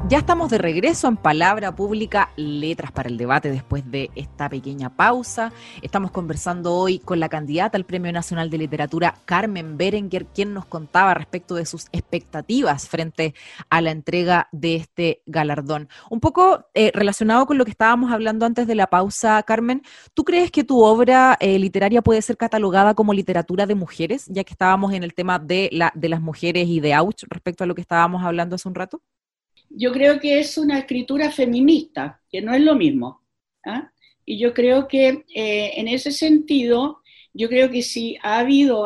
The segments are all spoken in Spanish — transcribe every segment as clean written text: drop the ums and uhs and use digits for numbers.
Ya estamos de regreso en Palabra Pública, Letras para el Debate después de esta pequeña pausa. Estamos conversando hoy con la candidata al Premio Nacional de Literatura, Carmen Berenguer, quien nos contaba respecto de sus expectativas frente a la entrega de este galardón. Un poco relacionado con lo que estábamos hablando antes de la pausa, Carmen, ¿tú crees que tu obra literaria puede ser catalogada como literatura de mujeres, ya que estábamos en el tema de las mujeres y de Auch respecto a lo que estábamos hablando hace un rato? Yo creo que es una escritura feminista, que no es lo mismo. ¿Ah? Y yo creo que en ese sentido, yo creo que sí ha habido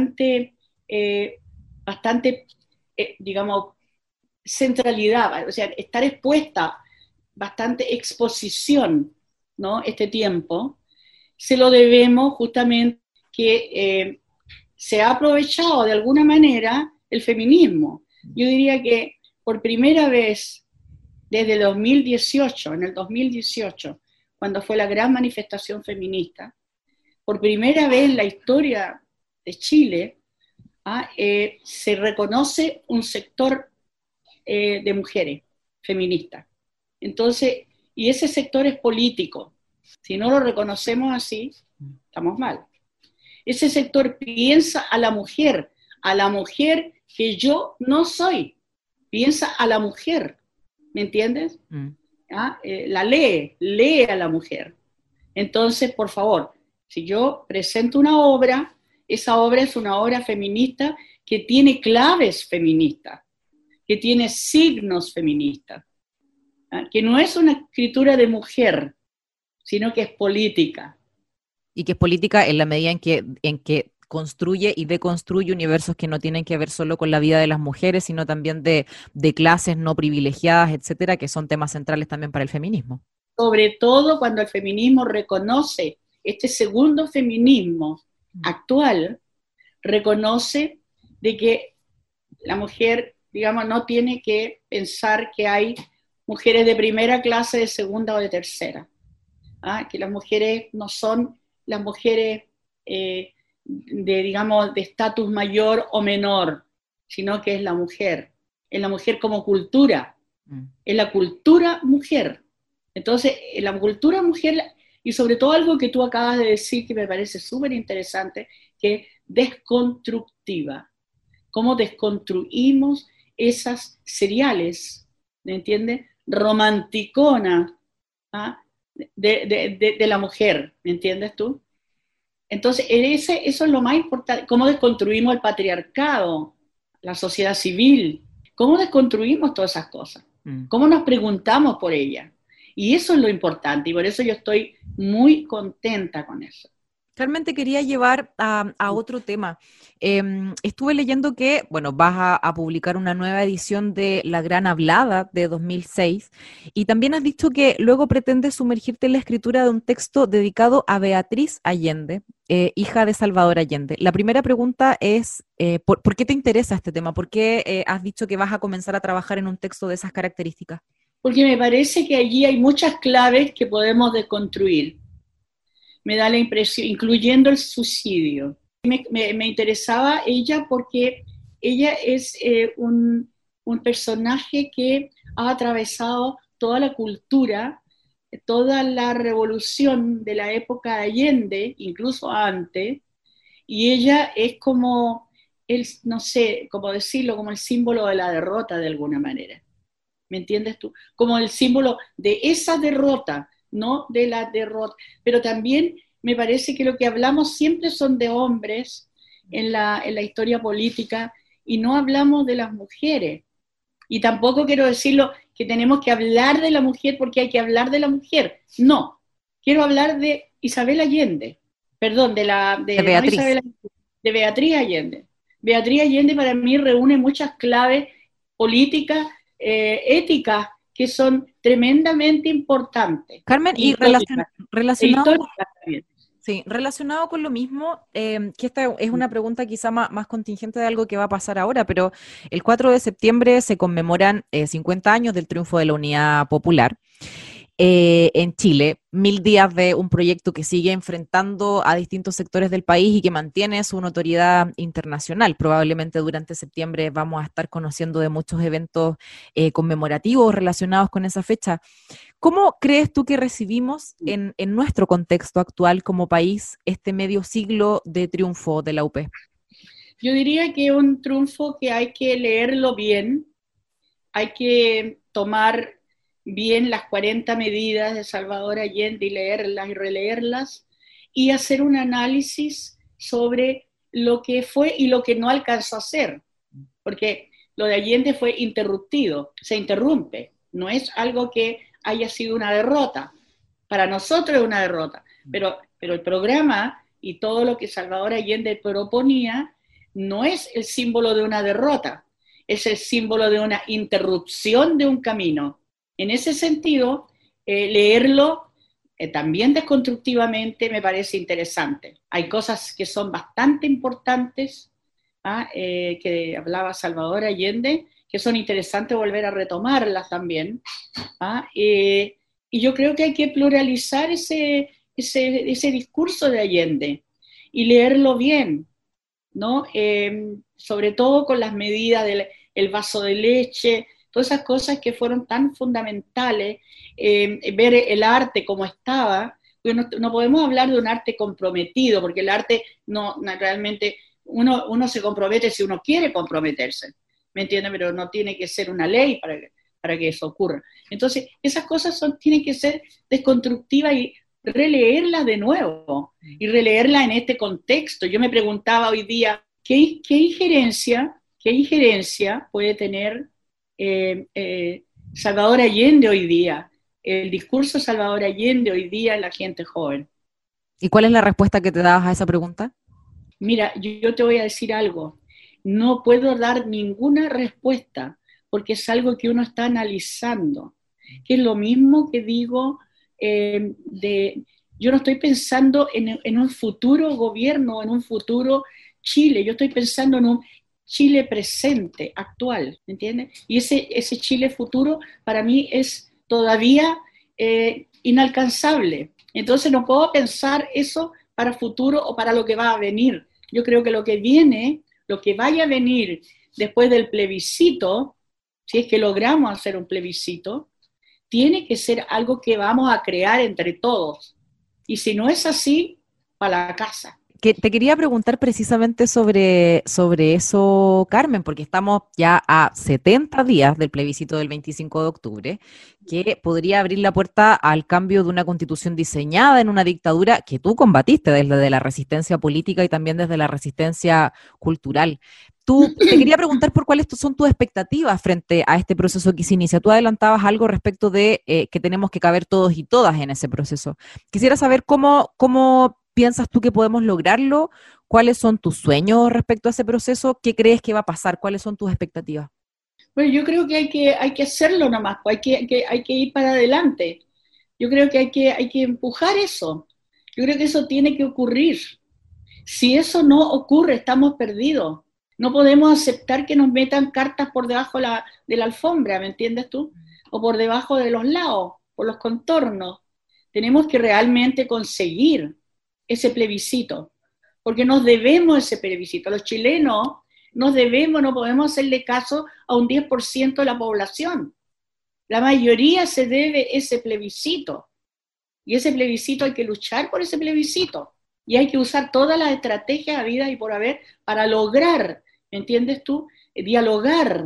digamos, centralidad, o sea, estar expuesta, bastante exposición, ¿no? Este tiempo, se lo debemos justamente que se ha aprovechado de alguna manera el feminismo. Yo diría que por primera vez desde el 2018, en el 2018, cuando fue la gran manifestación feminista, por primera vez en la historia de Chile, se reconoce un sector de mujeres feministas. Entonces, y ese sector es político. Si no lo reconocemos así, estamos mal. Ese sector piensa a la mujer que yo no soy. Piensa a la mujer, ¿me entiendes? La lee a la mujer. Entonces, por favor, si yo presento una obra, esa obra es una obra feminista que tiene claves feministas, que tiene signos feministas, que no es una escritura de mujer, sino que es política. Y que es política en la medida en que construye y deconstruye universos que no tienen que ver solo con la vida de las mujeres, sino también de clases no privilegiadas, etcétera, que son temas centrales también para el feminismo. Sobre todo cuando el feminismo reconoce, este segundo feminismo actual, reconoce de que la mujer, digamos, no tiene que pensar que hay mujeres de primera clase, de segunda o de tercera. Que las mujeres no son las mujeres digamos, de estatus mayor o menor, sino que es la mujer como cultura, es la cultura mujer. Entonces, la cultura mujer, y sobre todo algo que tú acabas de decir que me parece súper interesante, que es desconstructiva. Cómo desconstruimos esas seriales, ¿me entiendes? Romanticona, de la mujer, ¿me entiendes tú? Entonces, eso es lo más importante, cómo desconstruimos el patriarcado, la sociedad civil, cómo desconstruimos todas esas cosas, cómo nos preguntamos por ellas. Y eso es lo importante, y por eso yo estoy muy contenta con eso. Carmen, te quería llevar a otro tema. Estuve leyendo que, bueno, vas a publicar una nueva edición de La Gran Hablada de 2006 y también has dicho que luego pretendes sumergirte en la escritura de un texto dedicado a Beatriz Allende, hija de Salvador Allende. La primera pregunta es, ¿por qué te interesa este tema? ¿Por qué has dicho que vas a comenzar a trabajar en un texto de esas características? Porque me parece que allí hay muchas claves que podemos deconstruir. Me da la impresión, incluyendo el suicidio. Me interesaba ella porque ella es un personaje que ha atravesado toda la cultura, toda la revolución de la época de Allende, incluso antes, y ella es como, no sé, cómo decirlo, como el símbolo de la derrota de alguna manera. ¿Me entiendes tú? Como el símbolo de esa derrota, no de la derrota, pero también me parece que lo que hablamos siempre son de hombres en la historia política y no hablamos de las mujeres. Y tampoco quiero decirlo que tenemos que hablar de la mujer porque hay que hablar de la mujer. No, quiero hablar de Isabel Allende, perdón, De no Beatriz. Isabel Allende, de Beatriz Allende. Beatriz Allende para mí reúne muchas claves políticas, éticas, que son tremendamente importantes. Carmen, y relacionado, Históricas también. sí, relacionado con lo mismo, que esta es una pregunta quizá más contingente de algo que va a pasar ahora, pero el 4 de septiembre se conmemoran 50 años del triunfo de la Unidad Popular. en Chile, 1000 días de un proyecto que sigue enfrentando a distintos sectores del país y que mantiene su notoriedad internacional. Probablemente durante septiembre vamos a estar conociendo de muchos eventos conmemorativos relacionados con esa fecha. ¿Cómo crees tú que recibimos en nuestro contexto actual como país este medio siglo de triunfo de la UP? Yo diría que es un triunfo que hay que leerlo bien, hay que tomar bien las 40 medidas de Salvador Allende y leerlas y releerlas y hacer un análisis sobre lo que fue y lo que no alcanzó a hacer, porque lo de Allende fue interrumpido, se interrumpe, no es algo que haya sido una derrota, para nosotros es una derrota, pero el programa y todo lo que Salvador Allende proponía no es el símbolo de una derrota, es el símbolo de una interrupción de un camino. En ese sentido, leerlo también desconstructivamente me parece interesante. Hay cosas que son bastante importantes, que hablaba Salvador Allende, que son interesantes volver a retomarlas también. Y yo creo que hay que pluralizar ese discurso de Allende y leerlo bien, ¿no? Sobre todo con las medidas del el vaso de leche, todas esas cosas que fueron tan fundamentales, ver el arte como estaba, no podemos hablar de un arte comprometido, porque el arte no realmente, uno se compromete si uno quiere comprometerse, ¿me entiendes? Pero no tiene que ser una ley para que eso ocurra. Entonces, esas cosas tienen que ser desconstructivas y releerlas de nuevo, y releerlas en este contexto. Yo me preguntaba hoy día, ¿qué injerencia puede tener Salvador Allende hoy día, el discurso de Salvador Allende hoy día en la gente joven? ¿Y cuál es la respuesta que te dabas a esa pregunta? Mira, yo te voy a decir algo, no puedo dar ninguna respuesta porque es algo que uno está analizando, que es lo mismo que digo yo no estoy pensando en un futuro gobierno, en un futuro Chile, yo estoy pensando en un Chile presente, actual, ¿me entiendes? Y ese Chile futuro para mí es todavía inalcanzable. Entonces no puedo pensar eso para futuro o para lo que va a venir. Yo creo que lo que viene, lo que vaya a venir después del plebiscito, si es que logramos hacer un plebiscito, tiene que ser algo que vamos a crear entre todos. Y si no es así, para la casa. Que te quería preguntar precisamente sobre eso, Carmen, porque estamos ya a 70 días del plebiscito del 25 de octubre, que podría abrir la puerta al cambio de una constitución diseñada en una dictadura que tú combatiste desde la resistencia política y también desde la resistencia cultural. Te quería preguntar por cuáles son tus expectativas frente a este proceso que se inicia. Tú adelantabas algo respecto de que tenemos que caber todos y todas en ese proceso. Quisiera saber cómo piensas tú que podemos lograrlo, cuáles son tus sueños respecto a ese proceso, qué crees que va a pasar, cuáles son tus expectativas. Bueno, yo creo que hay que hacerlo nomás, pues hay que ir para adelante. Yo creo que hay que empujar eso. Yo creo que eso tiene que ocurrir. Si eso no ocurre, estamos perdidos. No podemos aceptar que nos metan cartas por debajo de la alfombra, ¿me entiendes tú? O por debajo de los lados, por los contornos. Tenemos que realmente conseguir ese plebiscito, porque nos debemos ese plebiscito. Los chilenos nos debemos, no podemos hacerle caso a un 10% de la población. La mayoría se debe ese plebiscito. Y ese plebiscito hay que luchar por ese plebiscito. Y hay que usar todas las estrategias habidas y por haber para lograr, ¿me entiendes tú? Dialogar,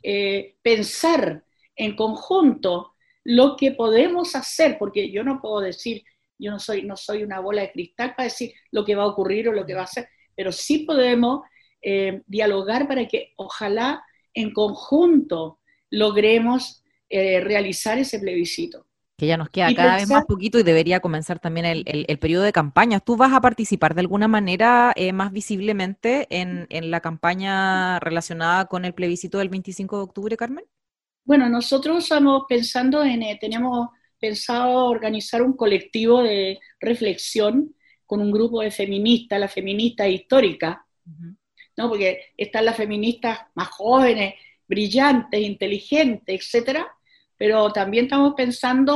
pensar en conjunto lo que podemos hacer, porque yo no puedo decir, yo no soy una bola de cristal para decir lo que va a ocurrir o lo que va a hacer, pero sí podemos dialogar para que ojalá en conjunto logremos realizar ese plebiscito. Que ya nos queda Y cada vez pensar, más poquito y debería comenzar también el periodo de campañas. ¿Tú vas a participar de alguna manera más visiblemente en la campaña relacionada con el plebiscito del 25 de octubre, Carmen? bueno, nosotros estamos pensando tenemos pensado organizar un colectivo de reflexión con un grupo de feministas, las feministas históricas, Uh-huh. ¿no? Porque están las feministas más jóvenes, brillantes, inteligentes, etcétera, pero también estamos pensando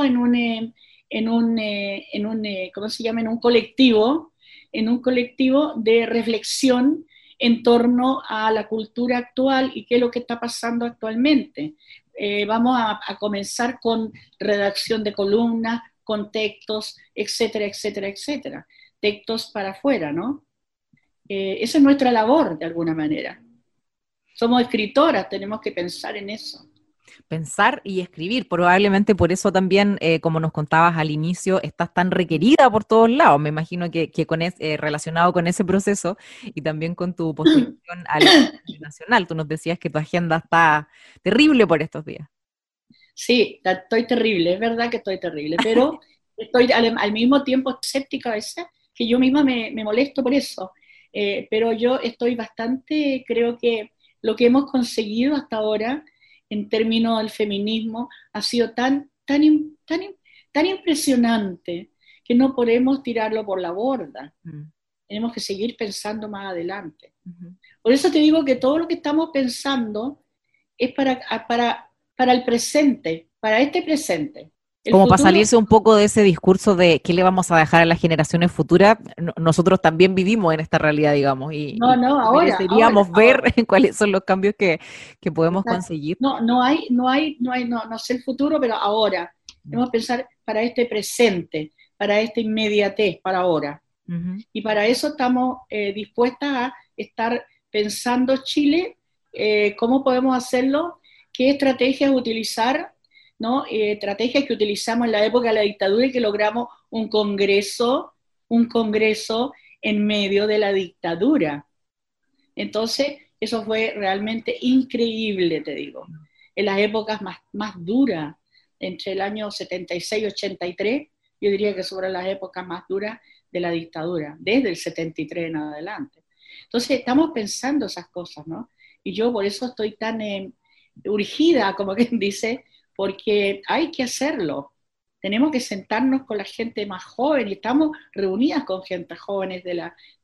¿cómo se llama? En un colectivo de reflexión en torno a la cultura actual y qué es lo que está pasando actualmente. Vamos a comenzar con redacción de columnas, con textos, etcétera, etcétera, etcétera. Textos para afuera, ¿no? Esa es nuestra labor, de alguna manera. Somos escritoras, tenemos que pensar en eso. Pensar y escribir. Probablemente por eso también, como nos contabas al inicio, estás tan requerida por todos lados. Me imagino que relacionado con ese proceso y también con tu postulación al nacional. Tú nos decías que tu agenda está terrible por estos días. Sí, estoy terrible, es verdad que estoy terrible, pero estoy al mismo tiempo escéptica a veces, que yo misma me molesto por eso. Pero yo estoy bastante, creo que lo que hemos conseguido hasta ahora en términos del feminismo ha sido tan impresionante que no podemos tirarlo por la borda. Tenemos que seguir pensando más adelante. Por eso te digo que todo lo que estamos pensando es para el presente, para este presente. Como para salirse un poco de ese discurso de qué le vamos a dejar a las generaciones futuras, nosotros también vivimos en esta realidad, digamos, y mereceríamos ver cuáles son los cambios que podemos conseguir. No sé el futuro, pero ahora. Debemos pensar para este presente, para esta inmediatez, para ahora. Y para eso estamos dispuestas a estar pensando Chile, cómo podemos hacerlo, qué estrategias utilizar, ¿no? Estrategias que utilizamos en la época de la dictadura y que logramos un congreso en medio de la dictadura. Entonces, eso fue realmente increíble, te digo. En las épocas más duras, entre el año 76 y 83, yo diría que sobre las épocas más duras de la dictadura, desde el 73 en adelante. Entonces, estamos pensando esas cosas, ¿no? Y yo por eso estoy tan urgida, como quien dice, porque hay que hacerlo. Tenemos que sentarnos con la gente más joven y estamos reunidas con gente jóvenes de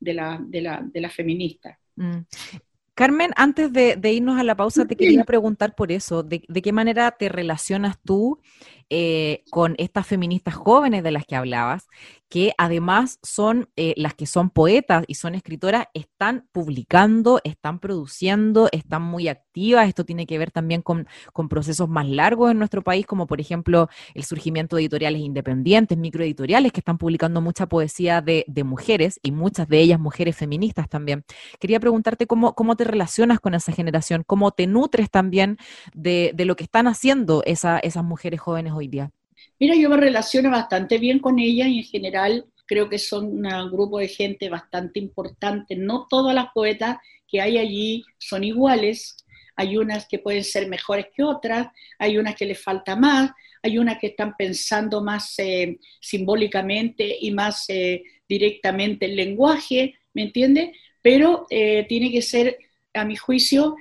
la feminista. Carmen, antes de irnos a la pausa, te quería preguntar por eso, ¿de qué manera te relacionas tú con estas feministas jóvenes de las que hablabas, que además son las que son poetas y son escritoras, están publicando, están produciendo, están muy activas? Esto tiene que ver también con procesos más largos en nuestro país, como por ejemplo el surgimiento de editoriales independientes, microeditoriales, que están publicando mucha poesía de mujeres, y muchas de ellas mujeres feministas también. Quería preguntarte cómo te relacionas con esa generación, cómo te nutres también de lo que están haciendo esas mujeres jóvenes hoy día. Mira, yo me relaciono bastante bien con ellas y en general creo que son un grupo de gente bastante importante. No todas las poetas que hay allí son iguales. Hay unas que pueden ser mejores que otras, hay unas que les falta más, hay unas que están pensando más simbólicamente y más directamente el lenguaje, ¿me entiendes? Pero tiene que ser, a mi juicio,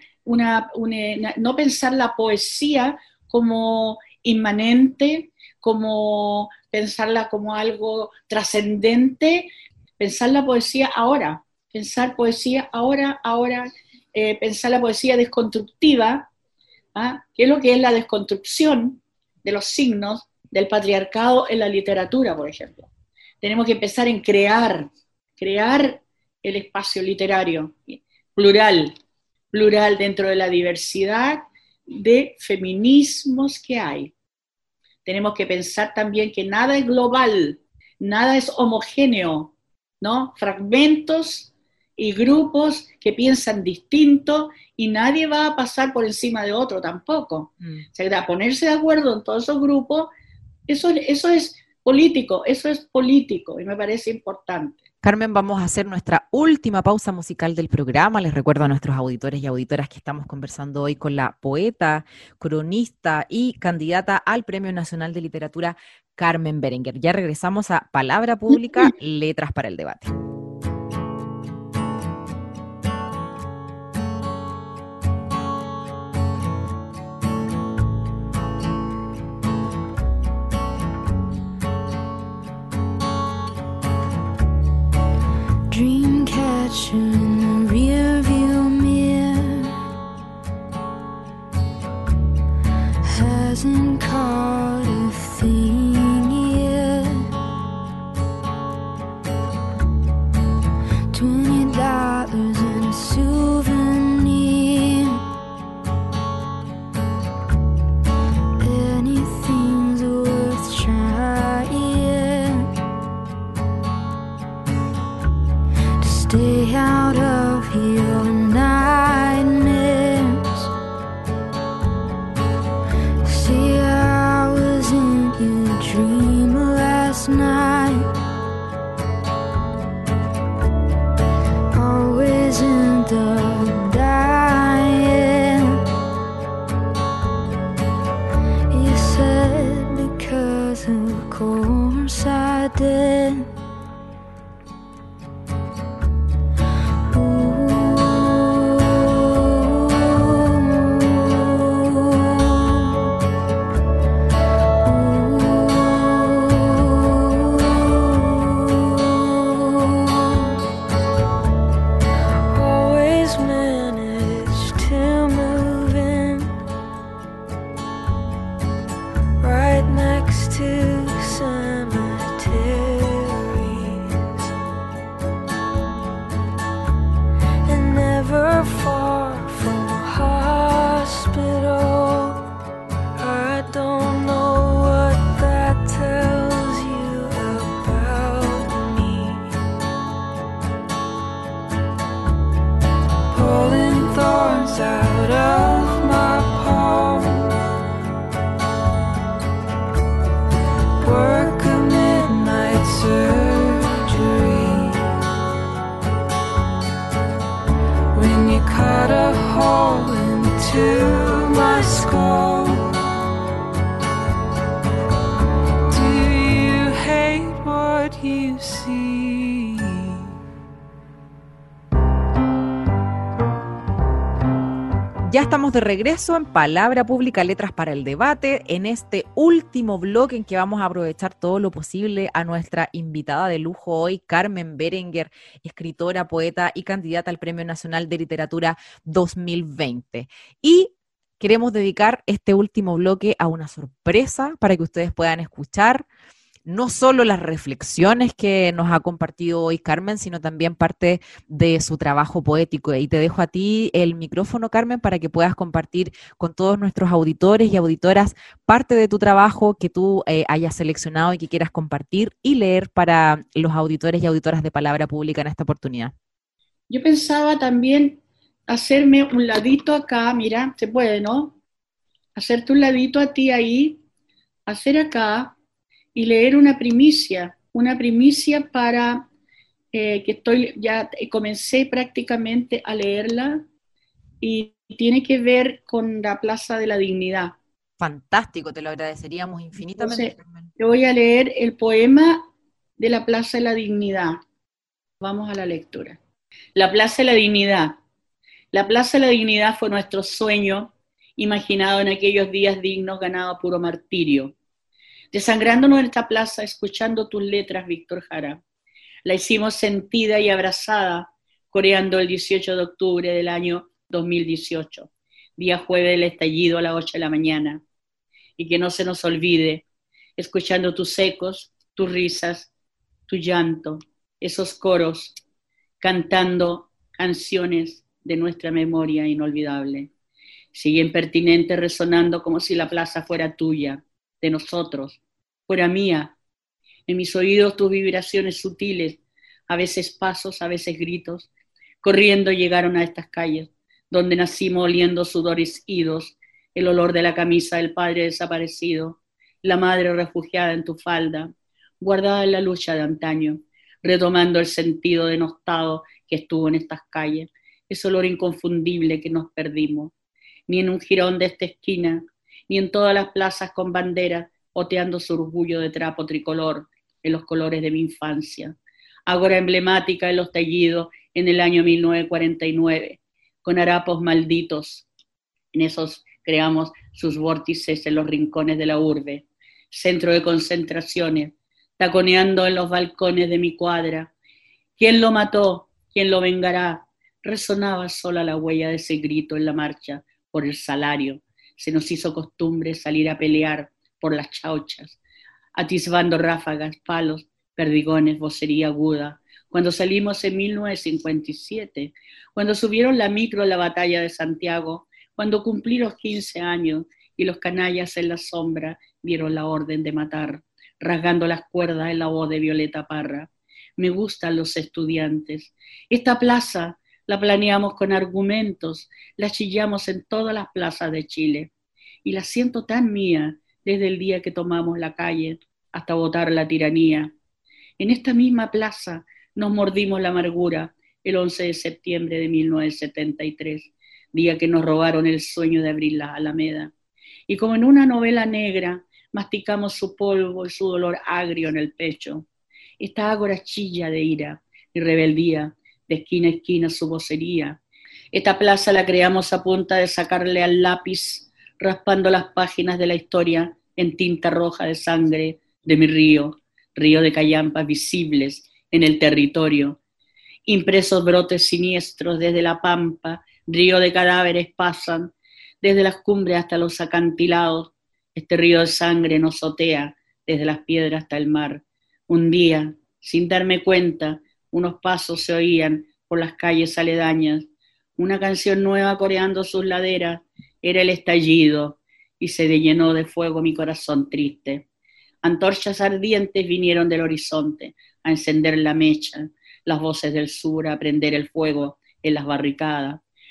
no pensar la poesía como inmanente, como pensarla como algo trascendente, pensar la poesía ahora, pensar poesía ahora, pensar la poesía desconstructiva, ¿ah? ¿Qué es lo que es la desconstrucción de los signos del patriarcado en la literatura, por ejemplo? Tenemos que empezar en crear el espacio literario, plural dentro de la diversidad de feminismos que hay. Tenemos que pensar también que nada es global, nada es homogéneo, ¿no? Fragmentos y grupos que piensan distinto y nadie va a pasar por encima de otro tampoco. O sea, ponerse de acuerdo en todos esos grupos, eso es político y me parece importante. Carmen, vamos a hacer nuestra última pausa musical del programa. Les recuerdo a nuestros auditores y auditoras que estamos conversando hoy con la poeta, cronista y candidata al Premio Nacional de Literatura Carmen Berenguer. Ya regresamos a Palabra Pública, Letras para el Debate. Dreamcatcher in the rearview mirror hasn't caught runs out of my palm. Work a midnight surgery. When you cut a hole into my skull, do you hate what you see? Ya estamos de regreso en Palabra Pública, Letras para el Debate, en este último bloque en que vamos a aprovechar todo lo posible a nuestra invitada de lujo hoy, Carmen Berenguer, escritora, poeta y candidata al Premio Nacional de Literatura 2020. Y queremos dedicar este último bloque a una sorpresa para que ustedes puedan escuchar no solo las reflexiones que nos ha compartido hoy Carmen, sino también parte de su trabajo poético. Y te dejo a ti el micrófono, Carmen, para que puedas compartir con todos nuestros auditores y auditoras parte de tu trabajo que tú hayas seleccionado y que quieras compartir y leer para los auditores y auditoras de Palabra Pública en esta oportunidad. Yo pensaba también hacerme un ladito acá, mira, se puede, ¿no? Hacerte un ladito a ti ahí, hacer acá, y leer una primicia para que ya comencé prácticamente a leerla y tiene que ver con la Plaza de la Dignidad. Fantástico, te lo agradeceríamos infinitamente. Entonces, yo voy a leer el poema de la Plaza de la Dignidad. Vamos a la lectura. La Plaza de la Dignidad. La Plaza de la Dignidad fue nuestro sueño imaginado en aquellos días dignos ganado a puro martirio. Desangrándonos en esta plaza, escuchando tus letras, Víctor Jara. La hicimos sentida y abrazada, coreando el 18 de octubre del año 2018, día jueves del estallido a las 8 de la mañana. Y que no se nos olvide, escuchando tus ecos, tus risas, tu llanto, esos coros, cantando canciones de nuestra memoria inolvidable. Siguen pertinentes resonando como si la plaza fuera tuya, de nosotros, fuera mía. En mis oídos tus vibraciones sutiles, a veces pasos, a veces gritos, corriendo llegaron a estas calles, donde nacimos oliendo sudores idos, el olor de la camisa del padre desaparecido, la madre refugiada en tu falda, guardada en la lucha de antaño, retomando el sentido denostado que estuvo en estas calles, ese olor inconfundible que nos perdimos, ni en un jirón de esta esquina, ni en todas las plazas con banderas, oteando su orgullo de trapo tricolor en los colores de mi infancia. Ahora emblemática en los tallidos en el año 1949, con harapos malditos. En esos creamos sus vórtices en los rincones de la urbe, centro de concentraciones, taconeando en los balcones de mi cuadra. ¿Quién lo mató? ¿Quién lo vengará? Resonaba sola la huella de ese grito en la marcha por el salario. Se nos hizo costumbre salir a pelear por las chauchas, atisbando ráfagas, palos, perdigones, vocería aguda. Cuando salimos en 1957, cuando subieron la micro en la batalla de Santiago, cuando cumplí los 15 años y los canallas en la sombra dieron la orden de matar, rasgando las cuerdas en la voz de Violeta Parra. Me gustan los estudiantes. Esta plaza la planeamos con argumentos, la chillamos en todas las plazas de Chile. Y la siento tan mía desde el día que tomamos la calle hasta botar la tiranía. En esta misma plaza nos mordimos la amargura el 11 de septiembre de 1973, día que nos robaron el sueño de abrir la Alameda. Y como en una novela negra, masticamos su polvo y su dolor agrio en el pecho. Esta ágora chilla de ira y rebeldía, de esquina a esquina su vocería. Esta plaza la creamos a punta de sacarle al lápiz, raspando las páginas de la historia en tinta roja de sangre de mi río de callampas visibles en el territorio. Impresos brotes siniestros desde la pampa, río de cadáveres pasan, desde las cumbres hasta los acantilados. Este río de sangre nos sotea desde las piedras hasta el mar. Un día, sin darme cuenta, unos pasos se oían por las calles aledañas, una canción nueva coreando sus laderas, era el estallido, y se llenó de fuego mi corazón triste. Antorchas ardientes vinieron del horizonte a encender la mecha, las voces del sur a prender el fuego en las barricadas.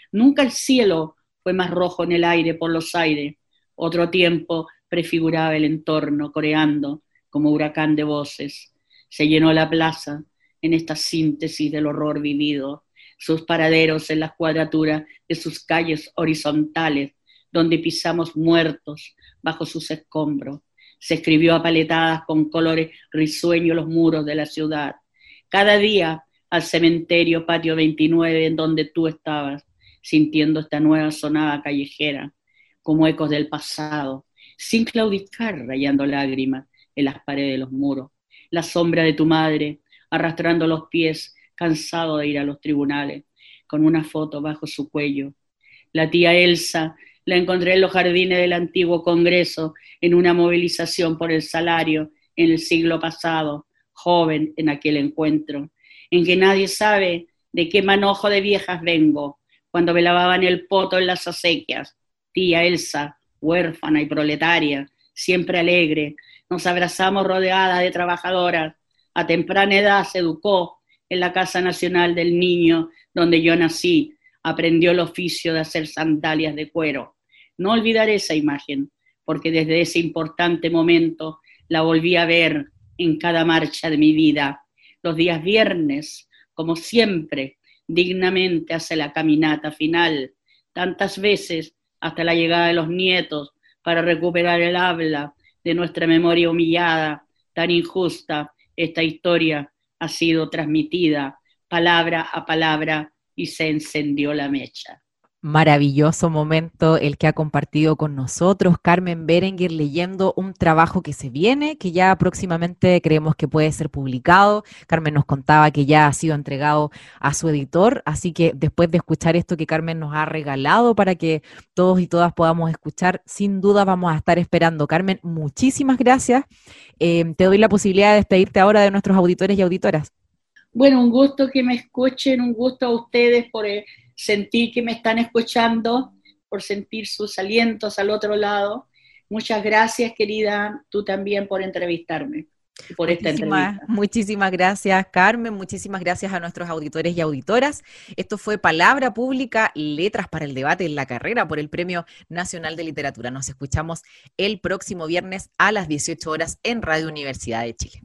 Nunca el cielo fue más rojo en el aire por los aires. Otro tiempo prefiguraba el entorno, coreando como huracán de voces. Se llenó la plaza en esta síntesis del horror vivido, sus paraderos en las cuadraturas de sus calles horizontales, donde pisamos muertos bajo sus escombros. Se escribió a paletadas con colores risueños los muros de la ciudad. Cada día al cementerio Patio 29, en donde tú estabas, sintiendo esta nueva sonada callejera, como ecos del pasado, sin claudicar, rayando lágrimas en las paredes de los muros. La sombra de tu madre, arrastrando los pies, cansado de ir a los tribunales, con una foto bajo su cuello. La tía Elsa la encontré en los jardines del antiguo Congreso, en una movilización por el salario en el siglo pasado, joven en aquel encuentro, en que nadie sabe de qué manojo de viejas vengo, cuando me lavaban el poto en las acequias. Tía Elsa, huérfana y proletaria, siempre alegre, nos abrazamos rodeadas de trabajadoras. A temprana edad se educó en la Casa Nacional del Niño, donde yo nací, aprendió el oficio de hacer sandalias de cuero. No olvidaré esa imagen, porque desde ese importante momento la volví a ver en cada marcha de mi vida. Los días viernes, como siempre, dignamente hace la caminata final, tantas veces hasta la llegada de los nietos para recuperar el habla de nuestra memoria humillada, tan injusta. Esta historia ha sido transmitida palabra a palabra y se encendió la mecha. Maravilloso momento el que ha compartido con nosotros Carmen Berenguer, leyendo un trabajo que se viene, que ya próximamente creemos que puede ser publicado. Carmen nos contaba que ya ha sido entregado a su editor, así que después de escuchar esto que Carmen nos ha regalado para que todos y todas podamos escuchar, sin duda vamos a estar esperando. Carmen, muchísimas gracias. Te doy la posibilidad de despedirte ahora de nuestros auditores y auditoras. Bueno, un gusto que me escuchen, un gusto a ustedes por sentir que me están escuchando, por sentir sus alientos al otro lado. Muchas gracias, querida, tú también por entrevistarme, por esta entrevista. Muchísimas gracias, Carmen, muchísimas gracias a nuestros auditores y auditoras. Esto fue Palabra Pública, Letras para el Debate en la Carrera por el Premio Nacional de Literatura. Nos escuchamos el próximo viernes a las 18 horas en Radio Universidad de Chile.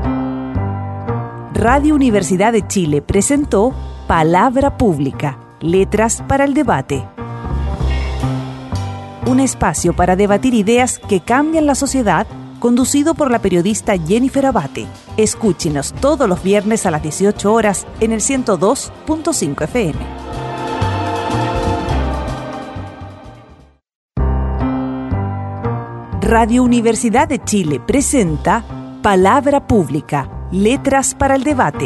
Radio Universidad de Chile presentó Palabra Pública, Letras para el Debate. Un espacio para debatir ideas que cambian la sociedad, conducido por la periodista Jennifer Abate. Escúchenos todos los viernes a las 18 horas en el 102.5 FM. Radio Universidad de Chile presenta Palabra Pública, Letras para el Debate.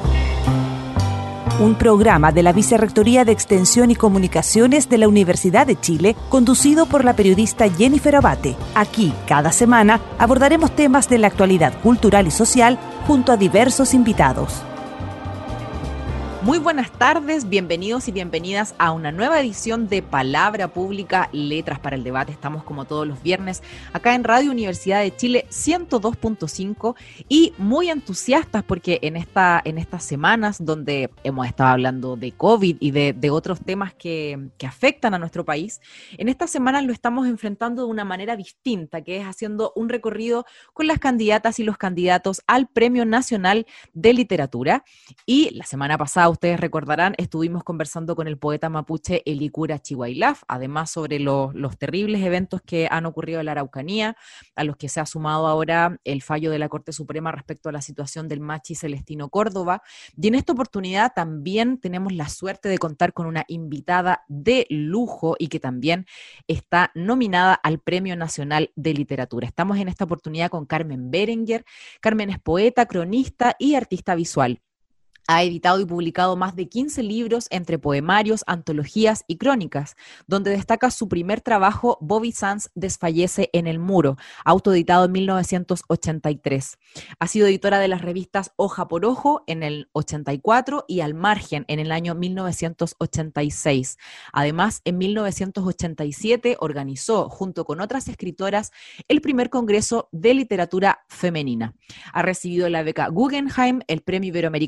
Un programa de la Vicerrectoría de Extensión y Comunicaciones de la Universidad de Chile, conducido por la periodista Jennifer Abate. Aquí, cada semana, abordaremos temas de la actualidad cultural y social junto a diversos invitados. Muy buenas tardes, bienvenidos y bienvenidas a una nueva edición de Palabra Pública, Letras para el Debate. Estamos como todos los viernes acá en Radio Universidad de Chile 102.5 y muy entusiastas porque en estas semanas donde hemos estado hablando de COVID y de otros temas que afectan a nuestro país, en estas semanas lo estamos enfrentando de una manera distinta, que es haciendo un recorrido con las candidatas y los candidatos al Premio Nacional de Literatura. Y la semana pasada, ustedes recordarán, estuvimos conversando con el poeta mapuche Elicura Chihuailaf, además sobre los terribles eventos que han ocurrido en la Araucanía, a los que se ha sumado ahora el fallo de la Corte Suprema respecto a la situación del Machi Celestino Córdoba. Y en esta oportunidad también tenemos la suerte de contar con una invitada de lujo y que también está nominada al Premio Nacional de Literatura. Estamos en esta oportunidad con Carmen Berenguer. Carmen es poeta, cronista y artista visual. Ha editado y publicado más de 15 libros entre poemarios, antologías y crónicas, donde destaca su primer trabajo, Bobby Sands desfallece en el muro, autoeditado en 1983. Ha sido editora de las revistas Hoja por Ojo en el 84 y Al Margen en el año 1986. Además, en 1987 organizó, junto con otras escritoras, el primer Congreso de Literatura Femenina. Ha recibido la beca Guggenheim, el Premio Iberoamericano de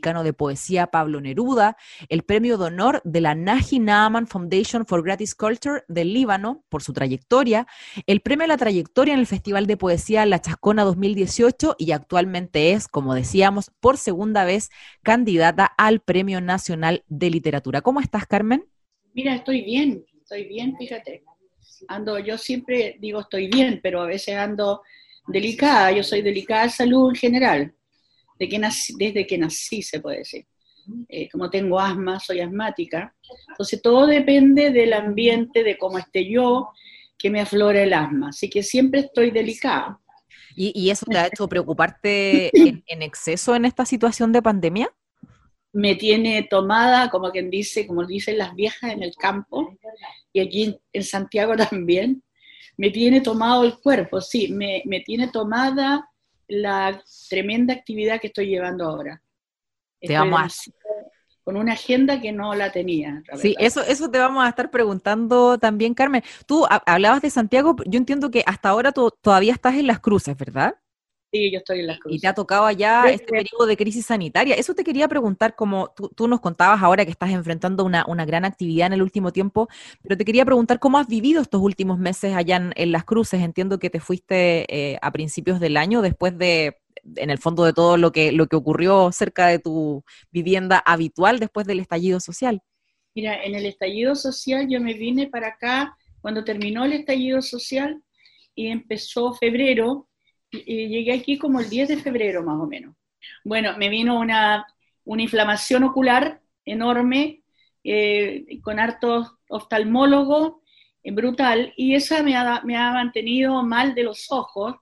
poesía Pablo Neruda, el premio de honor de la Naji Naaman Foundation for Gratis Culture del Líbano por su trayectoria, el premio a la trayectoria en el Festival de Poesía La Chascona 2018 y actualmente es, como decíamos, por segunda vez candidata al Premio Nacional de Literatura. ¿Cómo estás, Carmen? Mira, estoy bien, fíjate. Yo siempre digo estoy bien, pero a veces ando delicada. Yo soy delicada de salud en general, desde que nací se puede decir. Como tengo asma, soy asmática. Entonces todo depende del ambiente, de cómo esté yo, que me aflora el asma. Así que siempre estoy delicada. ¿Y eso te ha hecho preocuparte en exceso en esta situación de pandemia? Me tiene tomada, como quien dice, como dicen las viejas en el campo, y aquí en Santiago también, me tiene tomado el cuerpo, sí, me tiene tomada la tremenda actividad que estoy llevando ahora. Estoy con una agenda que no la tenía. Sí, eso te vamos a estar preguntando también, Carmen. Tú hablabas de Santiago, yo entiendo que hasta ahora tú todavía estás en Las Cruces, ¿verdad? Sí, yo estoy en Las Cruces. Y te ha tocado allá este periodo de crisis sanitaria. Eso te quería preguntar, como tú nos contabas ahora que estás enfrentando una gran actividad en el último tiempo, pero te quería preguntar cómo has vivido estos últimos meses allá en Las Cruces. Entiendo que te fuiste a principios del año, después de, en el fondo, de todo lo que ocurrió cerca de tu vivienda habitual después del estallido social. Mira, en el estallido social yo me vine para acá cuando terminó el estallido social y empezó febrero. Y llegué aquí como el 10 de febrero más o menos. Bueno, me vino una inflamación ocular enorme, con hartos oftalmólogos, brutal, y esa me ha mantenido mal de los ojos.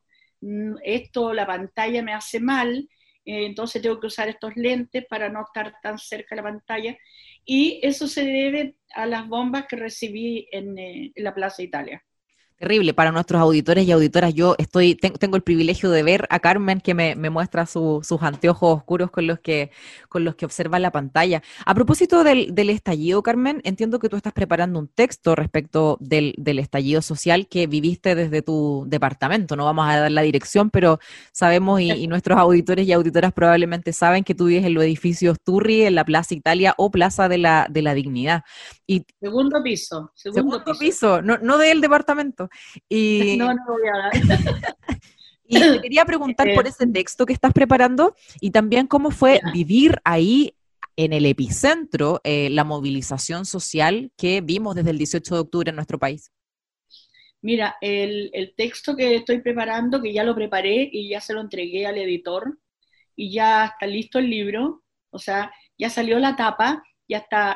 La pantalla me hace mal, entonces tengo que usar estos lentes para no estar tan cerca de la pantalla, y eso se debe a las bombas que recibí en la Plaza Italia. Terrible para nuestros auditores y auditoras. Yo tengo el privilegio de ver a Carmen que me muestra sus anteojos oscuros con los que observa la pantalla. A propósito del estallido, Carmen, entiendo que tú estás preparando un texto respecto del estallido social que viviste desde tu departamento. No vamos a dar la dirección, pero sabemos y nuestros auditores y auditoras probablemente saben que tú vives en los edificios Turri, en la Plaza Italia o Plaza de la Dignidad. Segundo piso. Segundo piso, no del departamento. Y, no voy a dar. Y te quería preguntar por ese texto que estás preparando y también cómo fue vivir ahí en el epicentro, la movilización social que vimos desde el 18 de octubre en nuestro país. Mira, el texto que estoy preparando, que ya lo preparé y ya se lo entregué al editor, y ya está listo el libro, o sea, ya salió la tapa, ya está,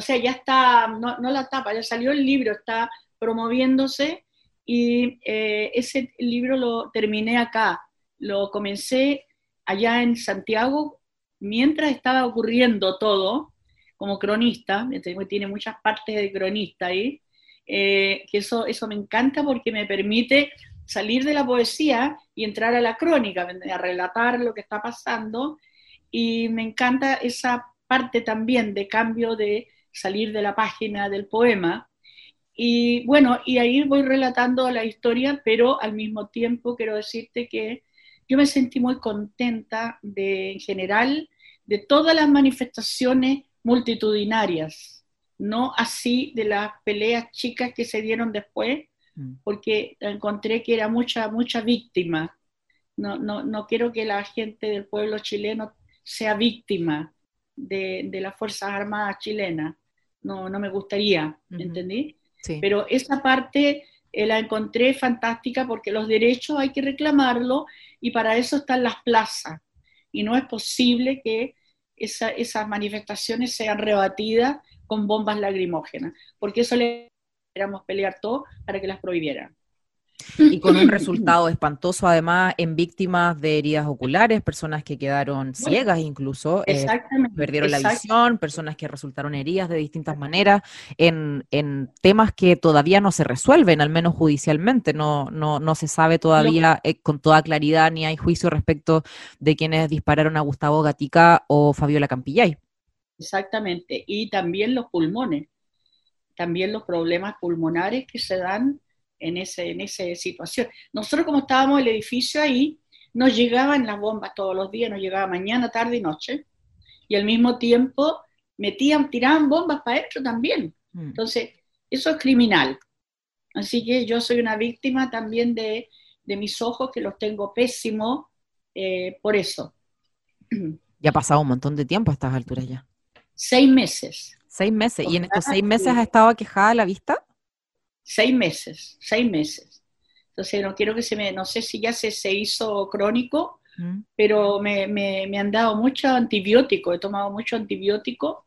no la tapa, ya salió el libro, está promoviéndose, y ese libro lo terminé acá, lo comencé allá en Santiago, mientras estaba ocurriendo todo, como cronista, tiene muchas partes de cronista ahí, que eso me encanta porque me permite salir de la poesía y entrar a la crónica, a relatar lo que está pasando, y me encanta esa parte también de cambio de salir de la página del poema. Y bueno, y ahí voy relatando la historia, pero al mismo tiempo quiero decirte que yo me sentí muy contenta en general, de todas las manifestaciones multitudinarias, no así de las peleas chicas que se dieron después, porque encontré que era mucha víctima. No quiero que la gente del pueblo chileno sea víctima de las Fuerzas Armadas chilenas. No me gustaría, ¿entendí? Sí. Pero esa parte la encontré fantástica porque los derechos hay que reclamarlos y para eso están las plazas. Y no es posible que esas manifestaciones sean rebatidas con bombas lacrimógenas, porque eso le queríamos pelear todos para que las prohibieran. Y con un resultado espantoso, además, en víctimas de heridas oculares, personas que quedaron ciegas incluso, perdieron la visión, personas que resultaron heridas de distintas maneras, en temas que todavía no se resuelven, al menos judicialmente, no se sabe todavía con toda claridad, ni hay juicio respecto de quienes dispararon a Gustavo Gatica o Fabiola Campillay. Exactamente, y también los pulmones, también los problemas pulmonares que se dan en esa situación. Nosotros, como estábamos en el edificio ahí, nos llegaban las bombas todos los días, nos llegaba mañana, tarde y noche, y al mismo tiempo tiraban bombas para adentro también. Mm. Entonces, eso es criminal. Así que yo soy una víctima también de mis ojos, que los tengo pésimos, por eso. Ya ha pasado un montón de tiempo a estas alturas ya. 6 meses. 6 meses. ¿Y en estos 6 Ojalá, meses sí. has estado aquejada la vista? 6 meses, 6 meses. Entonces no quiero que no sé si ya se hizo crónico, Mm. pero me han dado mucho antibiótico, he tomado mucho antibiótico,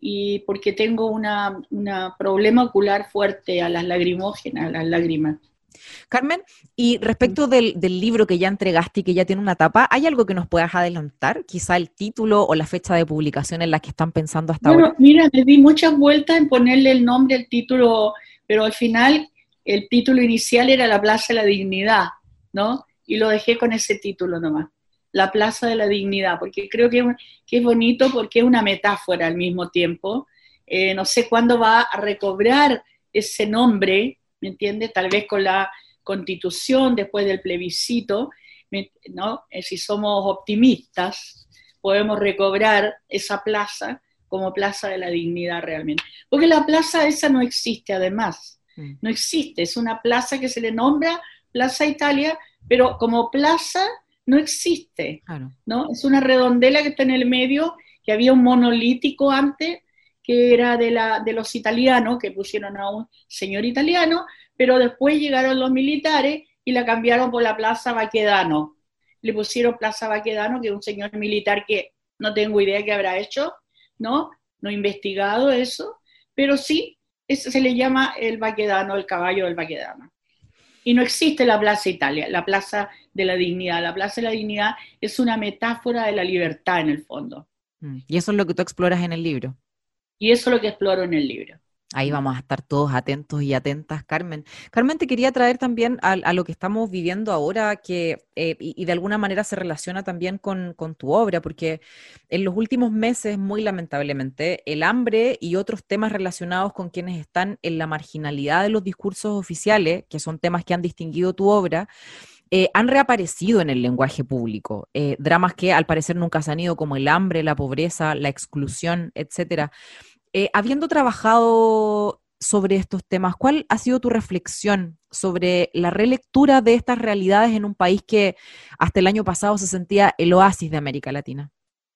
y porque tengo una problema ocular fuerte a las lagrimógenas, a las lágrimas. Carmen, y respecto del libro que ya entregaste y que ya tiene una tapa, ¿hay algo que nos puedas adelantar? Quizá el título o la fecha de publicación en la que están pensando hasta Bueno, ahora. mira, me di muchas vueltas en ponerle el nombre, el título, pero al final el título inicial era La Plaza de la Dignidad, ¿no? Y lo dejé con ese título nomás, La Plaza de la Dignidad, porque creo que es bonito, porque es una metáfora al mismo tiempo. No sé cuándo va a recobrar ese nombre, ¿me entiendes? Tal vez con la Constitución, después del plebiscito, ¿no? Si somos optimistas, podemos recobrar esa plaza como Plaza de la Dignidad realmente. Porque la plaza esa no existe además, no existe, es una plaza que se le nombra Plaza Italia, pero como plaza no existe, Claro. ¿no? Es una redondela que está en el medio, que había un monolítico antes, que era de los italianos, que pusieron a un señor italiano, pero después llegaron los militares y la cambiaron por la Plaza Baquedano. Le pusieron Plaza Baquedano, que es un señor militar que no tengo idea qué habrá hecho, ¿no? No he investigado eso, pero sí, se le llama el Baquedano, el caballo del Baquedano. Y no existe la Plaza Italia, la Plaza de la Dignidad. La Plaza de la Dignidad es una metáfora de la libertad en el fondo. Y eso es lo que tú exploras en el libro. Y eso es lo que exploro en el libro. Ahí vamos a estar todos atentos y atentas, Carmen. Carmen, te quería traer también a lo que estamos viviendo ahora, que y de alguna manera se relaciona también con tu obra, porque en los últimos meses, muy lamentablemente, el hambre y otros temas relacionados con quienes están en la marginalidad de los discursos oficiales, que son temas que han distinguido tu obra, han reaparecido en el lenguaje público. Dramas que al parecer nunca se han ido, como el hambre, la pobreza, la exclusión, etcétera. Habiendo trabajado sobre estos temas, ¿cuál ha sido tu reflexión sobre la relectura de estas realidades en un país que hasta el año pasado se sentía el oasis de América Latina?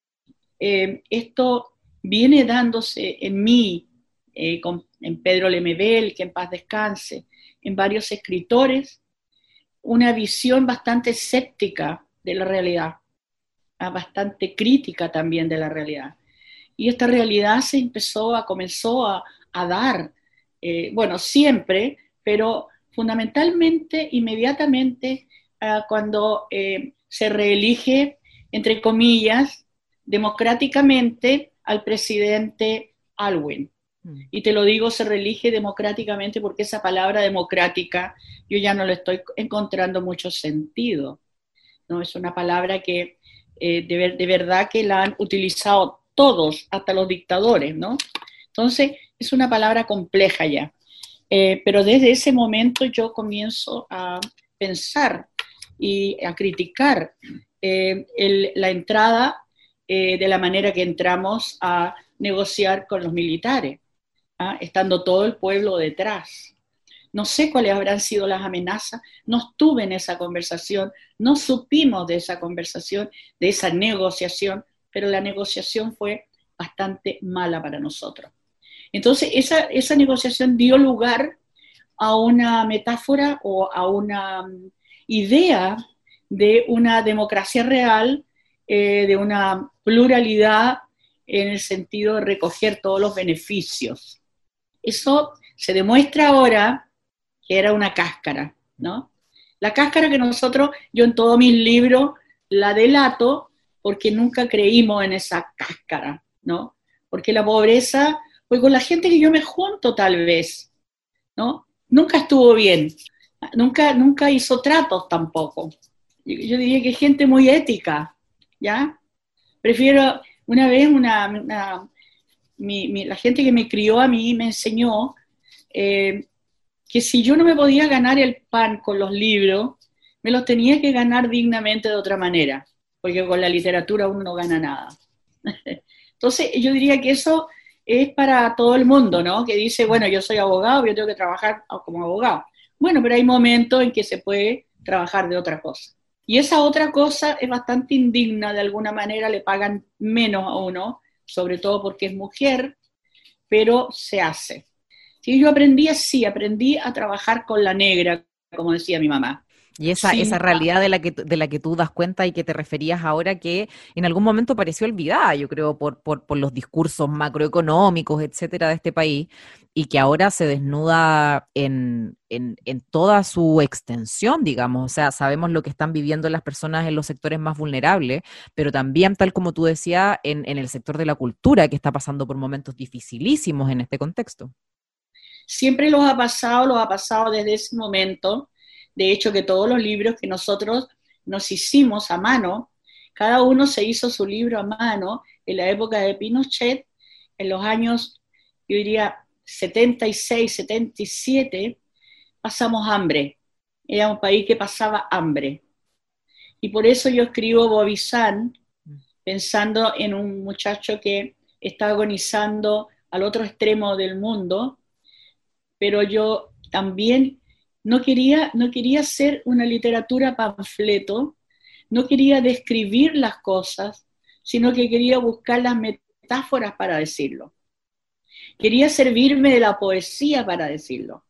Esto viene dándose en mí, en Pedro Lemebel, que en paz descanse, en varios escritores, una visión bastante escéptica de la realidad, bastante crítica también de la realidad. Y esta realidad comenzó a dar, bueno, siempre, pero fundamentalmente, inmediatamente, cuando se reelige, entre comillas, democráticamente al presidente Aylwin. Y te lo digo, se reelige democráticamente porque esa palabra democrática yo ya no le estoy encontrando mucho sentido, ¿no? Es una palabra que de verdad que la han utilizado todos, hasta los dictadores, ¿no? Entonces, es una palabra compleja ya. Pero desde ese momento yo comienzo a pensar y a criticar la entrada de la manera que entramos a negociar con los militares, estando todo el pueblo detrás. No sé cuáles habrán sido las amenazas, no estuve en esa conversación, no supimos de esa conversación, de esa negociación, pero la negociación fue bastante mala para nosotros. Entonces, esa negociación dio lugar a una metáfora o a una idea de una democracia real, de una pluralidad en el sentido de recoger todos los beneficios. Eso se demuestra ahora que era una cáscara, ¿no? La cáscara que yo en todos mis libros la delato, porque nunca creímos en esa cáscara, ¿no? Porque la pobreza, pues con la gente que yo me junto tal vez, ¿no? Nunca estuvo bien, nunca hizo tratos tampoco. Yo diría que gente muy ética, ¿ya? Prefiero, una vez la gente que me crió a mí me enseñó que si yo no me podía ganar el pan con los libros, me los tenía que ganar dignamente de otra manera, porque con la literatura uno no gana nada. Entonces, yo diría que eso es para todo el mundo, ¿no? Que dice, bueno, yo soy abogado, yo tengo que trabajar como abogado. Bueno, pero hay momentos en que se puede trabajar de otra cosa. Y esa otra cosa es bastante indigna, de alguna manera le pagan menos a uno, sobre todo porque es mujer, pero se hace. Sí, yo aprendí así, aprendí a trabajar con la negra, como decía mi mamá. Y esa Sin, realidad de la que tú das cuenta y que te referías ahora, que en algún momento pareció olvidada, yo creo, por los discursos macroeconómicos, etcétera, de este país, y que ahora se desnuda en toda su extensión, digamos. O sea, sabemos lo que están viviendo las personas en los sectores más vulnerables, pero también, tal como tú decías, en el sector de la cultura, que está pasando por momentos dificilísimos en este contexto. siempre los ha pasado desde ese momento. De hecho, que todos los libros que nosotros nos hicimos a mano, cada uno se hizo su libro a mano en la época de Pinochet, en los años, yo diría, 76, 77, pasamos hambre. Era un país que pasaba hambre. Y por eso yo escribo Bobby Sands, pensando en un muchacho que está agonizando al otro extremo del mundo, pero yo también no quería hacer una literatura panfleto, no quería describir las cosas, sino que quería buscar las metáforas para decirlo. Quería servirme de la poesía para decirlo,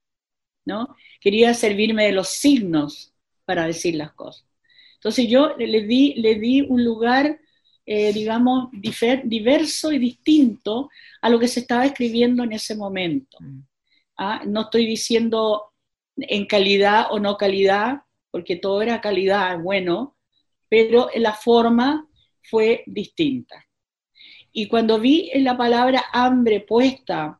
¿no? Quería servirme de los signos para decir las cosas. Entonces yo le di un lugar, digamos, diverso y distinto a lo que se estaba escribiendo en ese momento. ¿Ah? No estoy diciendo en calidad o no calidad, porque todo era calidad, bueno, pero la forma fue distinta. Y cuando vi la palabra hambre puesta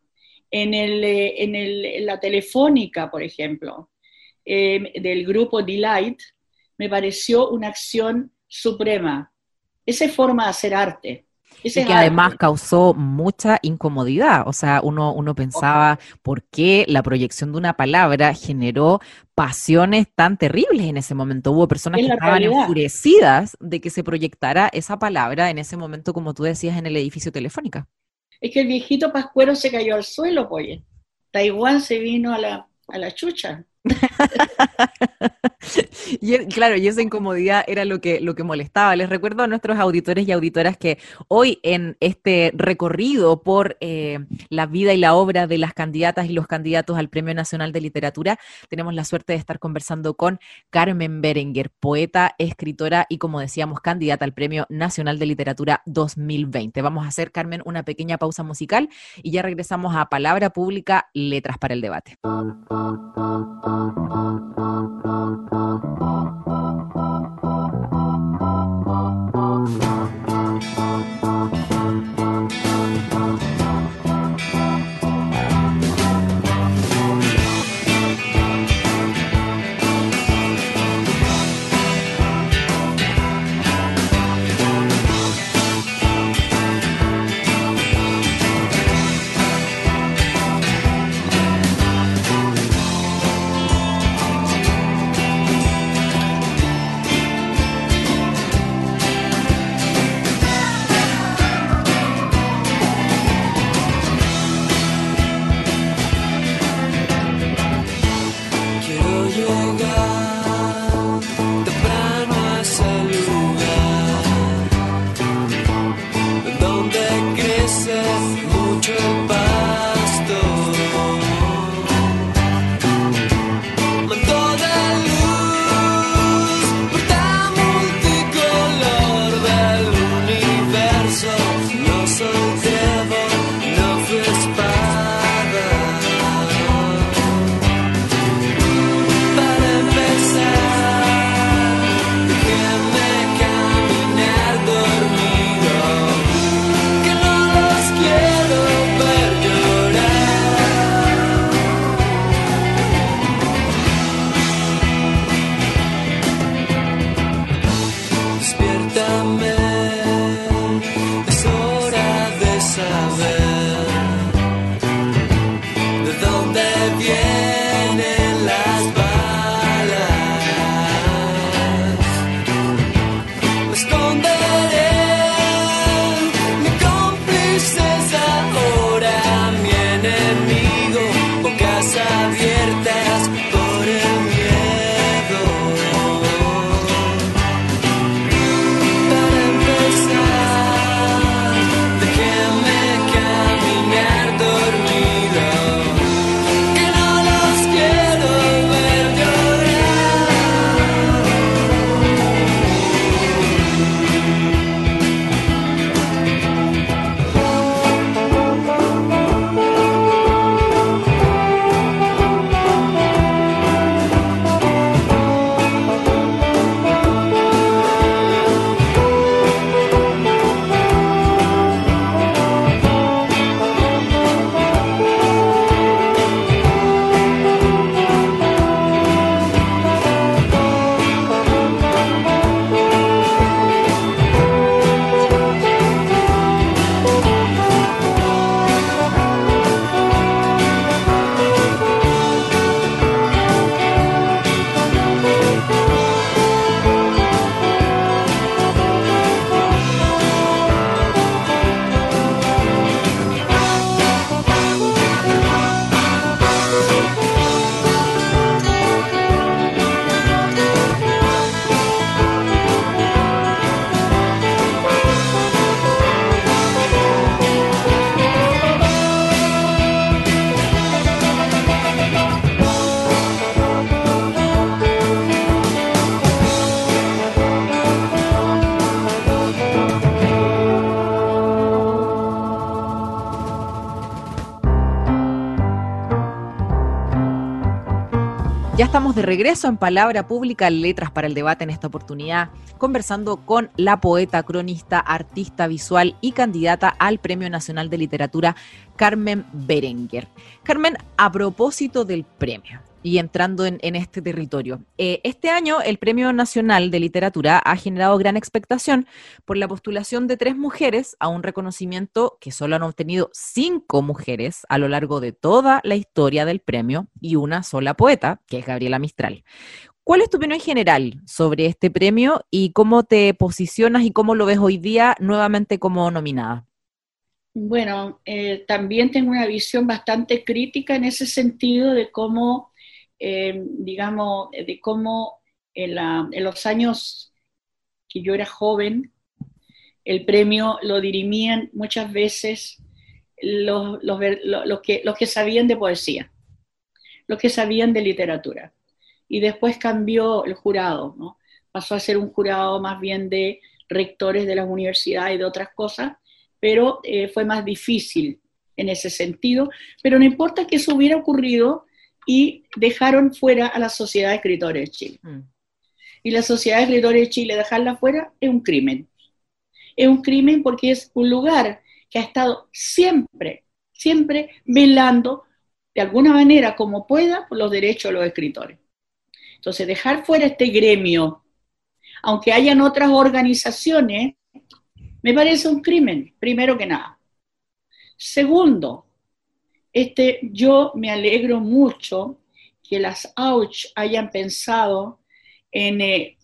en la telefónica, por ejemplo, del grupo Delight, me pareció una acción suprema. Esa es forma de hacer arte. Ese Y es que además arte. causó mucha incomodidad. O sea, uno pensaba por qué la proyección de una palabra generó pasiones tan terribles en ese momento. Hubo personas Es que la estaban realidad. enfurecidas de que se proyectara esa palabra en ese momento, como tú decías, en el edificio Telefónica. Es que el viejito Pascuero se cayó al suelo, pues. Taiwán se vino a la chucha. Claro, y esa incomodidad era lo que molestaba. Les recuerdo a nuestros auditores y auditoras que hoy en este recorrido por la vida y la obra de las candidatas y los candidatos al Premio Nacional de Literatura, tenemos la suerte de estar conversando con Carmen Berenguer, poeta, escritora y, como decíamos, candidata al Premio Nacional de Literatura 2020. Vamos a hacer, Carmen, una pequeña pausa musical y ya regresamos a Palabra Pública, Letras para el Debate. Ya estamos de regreso en Palabra Pública, Letras para el Debate, en esta oportunidad conversando con la poeta, cronista, artista visual y candidata al Premio Nacional de Literatura, Carmen Berenguer. Carmen, a propósito del premio y entrando en este territorio, este año el Premio Nacional de Literatura ha generado gran expectación por la postulación de 3 mujeres a un reconocimiento que solo han obtenido 5 mujeres a lo largo de toda la historia del premio y una sola poeta, que es Gabriela Mistral. ¿Cuál es tu opinión general sobre este premio y cómo te posicionas y cómo lo ves hoy día nuevamente como nominada? Bueno, también tengo una visión bastante crítica en ese sentido de cómo, digamos, de cómo en los años que yo era joven, el premio lo dirimían muchas veces los que sabían de poesía, los que sabían de literatura. Y después cambió el jurado, ¿no? Pasó a ser un jurado más bien de rectores de las universidades y de otras cosas, pero fue más difícil en ese sentido. Pero no importa que eso hubiera ocurrido, y dejaron fuera a la Sociedad de Escritores de Chile. Y la Sociedad de Escritores de Chile, dejarla fuera es un crimen. Es un crimen porque es un lugar que ha estado siempre, siempre velando, de alguna manera, como pueda, por los derechos de los escritores. Entonces, dejar fuera este gremio, aunque hayan otras organizaciones, me parece un crimen, primero que nada. Segundo, yo me alegro mucho que las AUCH hayan pensado en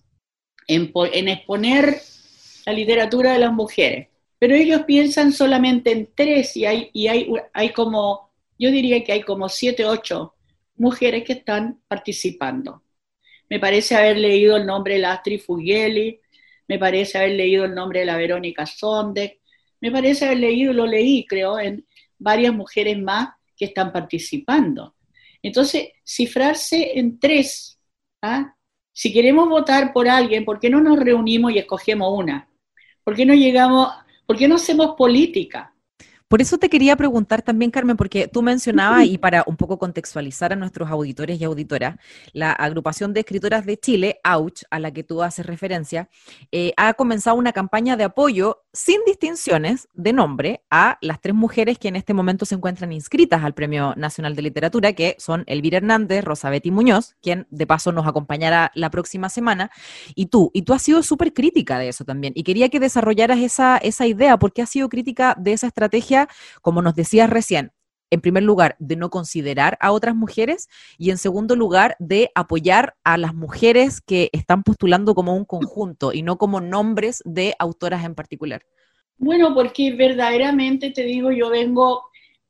exponer la literatura de las mujeres, pero ellos piensan solamente en 3 y hay como, yo diría que hay como 7, 8 mujeres que están participando. Me parece haber leído el nombre de la Astrid Fugeli, me parece haber leído el nombre de la Verónica Sondek, me parece haber leído, lo leí creo, en varias mujeres más que están participando. Entonces, cifrarse en 3, ¿ah? Si queremos votar por alguien, ¿por qué no nos reunimos y escogemos una? ¿Por qué no hacemos política? Por eso te quería preguntar también, Carmen, porque tú mencionabas, y para un poco contextualizar a nuestros auditores y auditoras, la Agrupación de Escritoras de Chile, AUCH, a la que tú haces referencia, ha comenzado una campaña de apoyo sin distinciones de nombre a las 3 mujeres que en este momento se encuentran inscritas al Premio Nacional de Literatura, que son Elvira Hernández, Rosa Betty Muñoz, quien de paso nos acompañará la próxima semana, y tú has sido súper crítica de eso también, y quería que desarrollaras esa idea, porque has sido crítica de esa estrategia, como nos decías recién, en primer lugar, de no considerar a otras mujeres y en segundo lugar, de apoyar a las mujeres que están postulando como un conjunto y no como nombres de autoras en particular. Bueno, porque verdaderamente te digo, yo vengo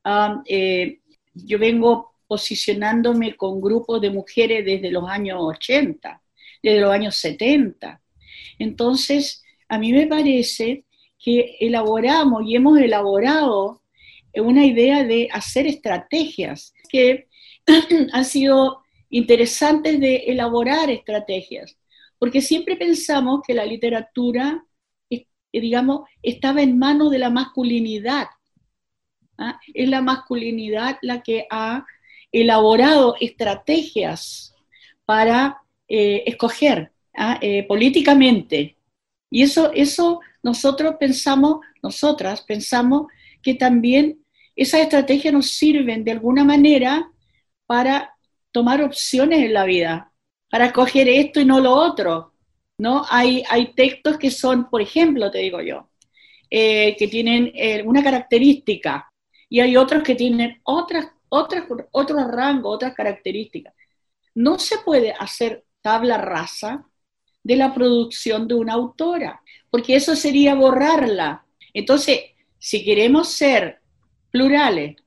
posicionándome con grupos de mujeres desde los años 80, desde los años 70. Entonces, a mí me parece que elaboramos y hemos elaborado una idea de hacer estrategias que han sido interesantes de elaborar estrategias, porque siempre pensamos que la literatura, digamos, estaba en manos de la masculinidad. ¿Ah? Es la masculinidad la que ha elaborado estrategias para escoger políticamente. Y eso nosotras pensamos que también esas estrategias nos sirven de alguna manera para tomar opciones en la vida, para escoger esto y no lo otro, ¿no? Hay textos que son, por ejemplo, te digo yo, que tienen una característica, y hay otros que tienen otro rango, otras características. No se puede hacer tabla rasa de la producción de una autora, porque eso sería borrarla. Entonces, si queremos ser plural,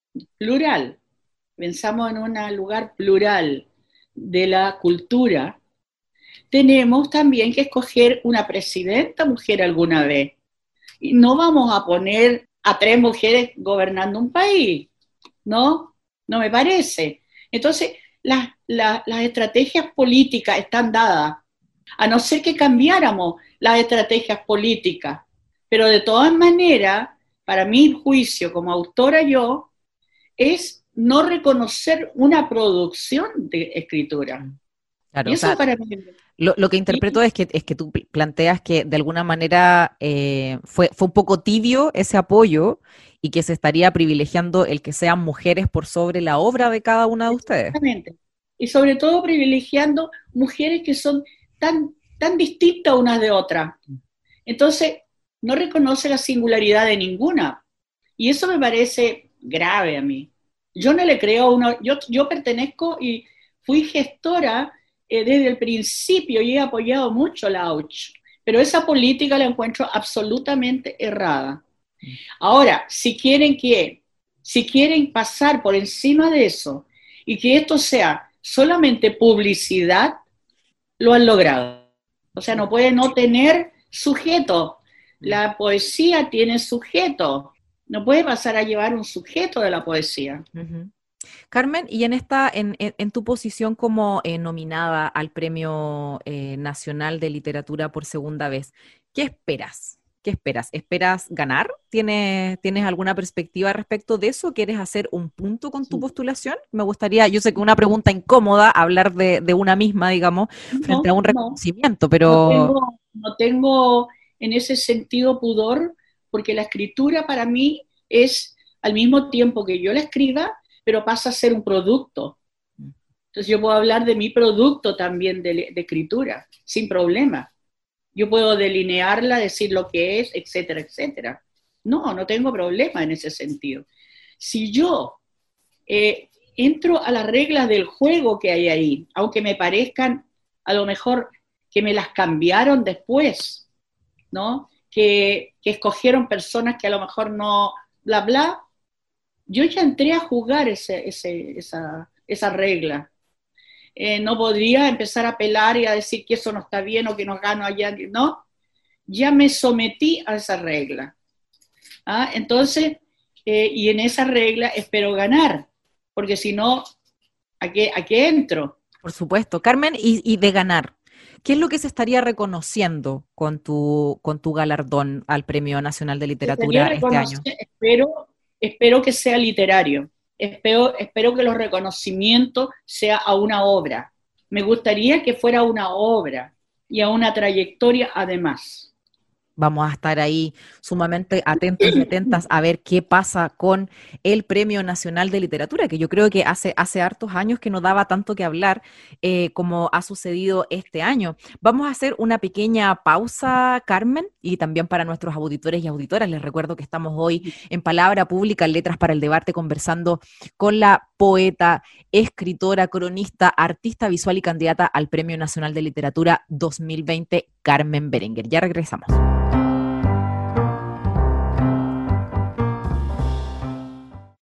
pensamos en un lugar plural de la cultura, tenemos también que escoger una presidenta mujer alguna vez. Y no vamos a poner a 3 mujeres gobernando un país, ¿no? No me parece. Entonces, las estrategias políticas están dadas, a no ser que cambiáramos las estrategias políticas. Pero de todas maneras, para mi juicio, como autora yo, es no reconocer una producción de escritura. Claro, Y o eso sea, para mí... lo que interpreto es que tú planteas que de alguna manera fue un poco tibio ese apoyo y que se estaría privilegiando el que sean mujeres por sobre la obra de cada una de ustedes. Exactamente. Y sobre todo privilegiando mujeres que son tan distintas unas de otras. Entonces, no reconoce la singularidad de ninguna. Y eso me parece grave a mí. Yo no le creo a uno, yo pertenezco y fui gestora desde el principio y he apoyado mucho la AUCH, pero esa política la encuentro absolutamente errada. Ahora, si quieren pasar por encima de eso y que esto sea solamente publicidad, lo han logrado. O sea, no puede no tener sujeto. La poesía tiene sujeto. No puede pasar a llevar un sujeto de la poesía. Uh-huh. Carmen, y en tu posición como nominada al Premio Nacional de Literatura por segunda vez, ¿qué esperas? ¿Qué esperas? ¿Esperas ganar? ¿Tienes alguna perspectiva respecto de eso? ¿Quieres hacer un punto con tu postulación? Me gustaría, yo sé que una pregunta incómoda, hablar de una misma, digamos, frente a un No, reconocimiento, no pero... tengo en ese sentido pudor, porque la escritura para mí es al mismo tiempo que yo la escriba, pero pasa a ser un producto. Entonces yo puedo hablar de mi producto también de escritura, sin problema. Yo puedo delinearla, decir lo que es, etcétera, etcétera. No tengo problema en ese sentido. Si yo entro a las reglas del juego que hay ahí, aunque me parezcan a lo mejor que me las cambiaron después, ¿no? Que escogieron personas que a lo mejor no, bla, bla, yo ya entré a jugar esa regla. No podría empezar a apelar y a decir que eso no está bien o que no gano allá, no, ya me sometí a esa regla. ¿Ah? Entonces, y en esa regla espero ganar, porque si no, ¿a qué entro? Por supuesto. Carmen, y de ganar, ¿qué es lo que se estaría reconociendo con tu galardón al Premio Nacional de Literatura este año? Espero que sea literario. Espero que los reconocimientos sea a una obra. Me gustaría que fuera una obra y a una trayectoria además. Vamos a estar ahí sumamente atentos y atentas a ver qué pasa con el Premio Nacional de Literatura, que yo creo que hace hartos años que no daba tanto que hablar como ha sucedido este año. Vamos a hacer una pequeña pausa, Carmen, y también para nuestros auditores y auditoras. Les recuerdo que estamos hoy en Palabra Pública, en Letras para el Debate, conversando con la poeta, escritora, cronista, artista visual y candidata al Premio Nacional de Literatura 2020, Carmen Berenguer. Ya regresamos.